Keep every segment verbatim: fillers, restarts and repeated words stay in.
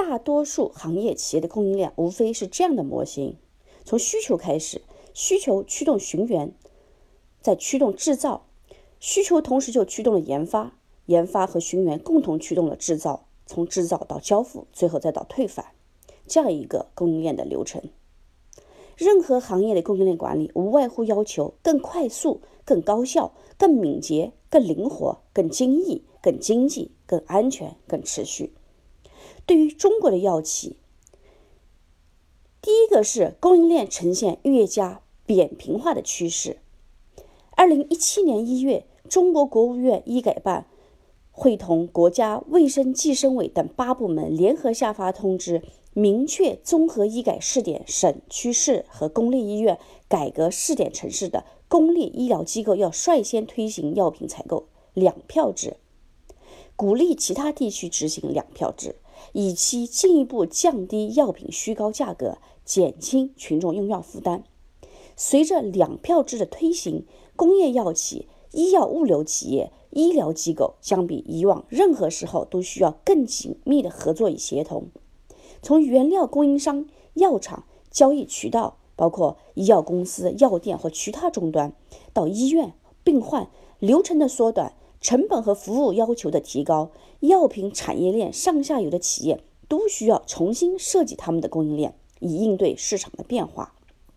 大多数行业企业的供应链无非是这样的模型：从需求开始，需求驱动寻源，再驱动制造，需求同时就驱动了研发，研发和寻源共同驱动了制造，从制造到交付，最后再到退返，这样一个供应链的流程。任何行业的供应链管理无外乎要求更快速、更高效、更敏捷、更灵活、更精益、更经济、更安全、更持续。对于中国的药企，第一个是供应链呈现越加扁平化的趋势。二零一七年一月，中国国务院医改办会同国家卫生计生委等八部门联合下发通知，明确综合医改试点省区市和公立医院改革试点城市的公立医疗机构要率先推行药品采购两票制，鼓励其他地区执行两票制，以期进一步降低药品虚高价格，减轻群众用药负担。随着两票制的推行，工业药企、医药物流企业、医疗机构将比以往任何时候都需要更紧密的合作与协同。从原料供应商、药厂、交易渠道，包括医药公司、药店或其他终端，到医院、病患，流程的缩短，成本和服务要求的提高，药品产业链上下游的企业都需要重新设计他们的供应链，以应对市场的变化。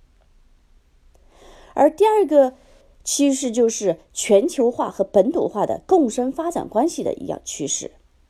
而第二个趋势就是全球化和本土化的共生发展关系的一样趋势。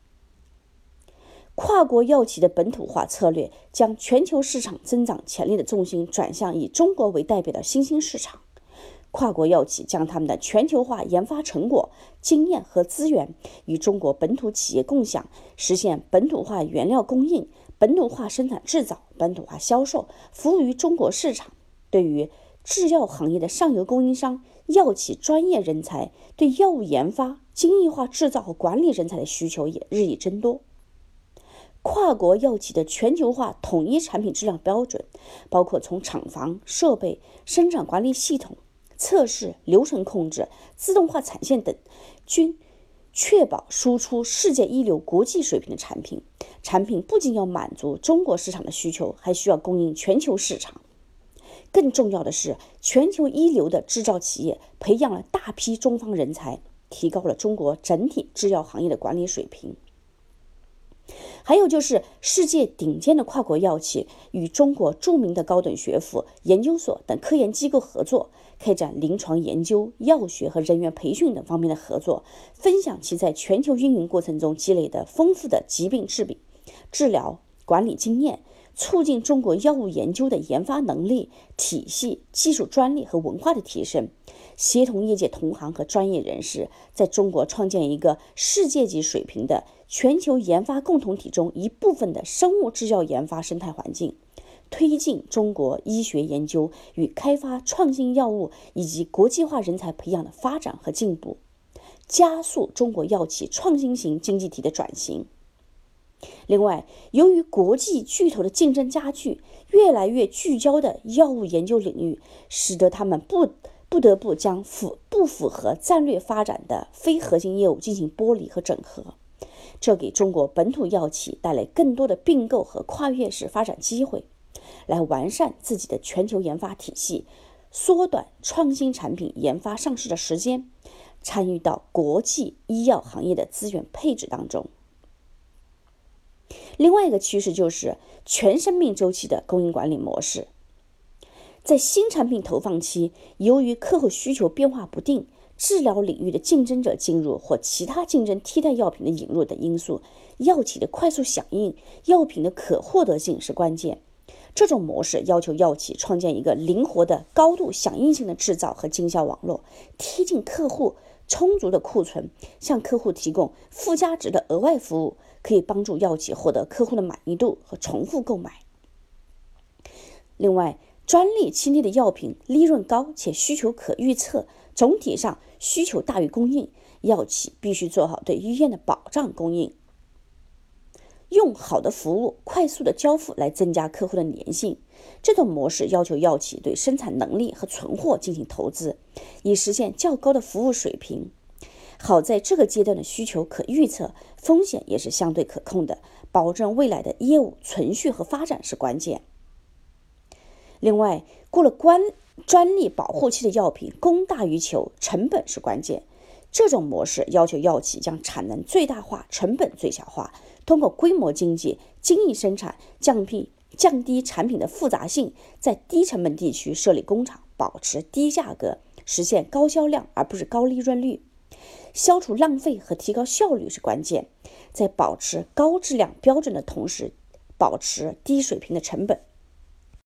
跨国药企的本土化策略将全球市场增长潜力的重心转向以中国为代表的新兴市场。跨国药企将他们的全球化研发成果、经验和资源与中国本土企业共享，实现本土化原料供应、本土化生产制造、本土化销售，服务于中国市场。对于制药行业的上游供应商、药企专业人才，对药物研发、精益化制造和管理人才的需求也日益增多。跨国药企的全球化统一产品质量标准，包括从厂房、设备、生产管理系统、测试、流程控制、自动化产线等，均确保输出世界一流国际水平的产品。产品不仅要满足中国市场的需求，还需要供应全球市场。更重要的是，全球一流的制造企业培养了大批中方人才，提高了中国整体制药行业的管理水平。还有就是世界顶尖的跨国药企与中国著名的高等学府、研究所等科研机构合作，开展临床研究、药学和人员培训等方面的合作，分享其在全球运营过程中积累的丰富的疾病治病、治疗管理经验，促进中国药物研究的研发能力、体系、技术专利和文化的提升，协同业界同行和专业人士，在中国创建一个世界级水平的全球研发共同体中一部分的生物制药研发生态环境，推进中国医学研究与开发创新药物以及国际化人才培养的发展和进步，加速中国药企创新型经济体的转型。另外，由于国际巨头的竞争加剧，越来越聚焦的药物研究领域，使得他们不不得不将符不符合战略发展的非核心业务进行剥离和整合，这给中国本土药企带来更多的并购和跨越式发展机会，来完善自己的全球研发体系，缩短创新产品研发上市的时间，参与到国际医药行业的资源配置当中。另外一个趋势就是全生命周期的供应管理模式。在新产品投放期，由于客户需求变化不定、治疗领域的竞争者进入或其他竞争替代药品的引入等因素，药企的快速响应、药品的可获得性是关键。这种模式要求药企创建一个灵活的、高度响应性的制造和经销网络，贴近客户，充足的库存，向客户提供附加值的额外服务，可以帮助药企获得客户的满意度和重复购买。另外，专利期内的药品利润高且需求可预测，总体上需求大于供应，药企必须做好对医院的保障供应，用好的服务、快速的交付来增加客户的粘性。这种模式要求药企对生产能力和存货进行投资，以实现较高的服务水平。好在这个阶段的需求可预测，风险也是相对可控的， 保证未来的业务存续和发展是关键。另外，过了关专利保护期的药品供大于求，成本是关键。这种模式要求药企将产能最大化，成本最小化，通过规模经济、精益生产，降低降低产品的复杂性，在低成本地区设立工厂，保持低价格，实现高销量而不是高利润率。消除浪费和提高效率是关键，在保持高质量标准的同时，保持低水平的成本。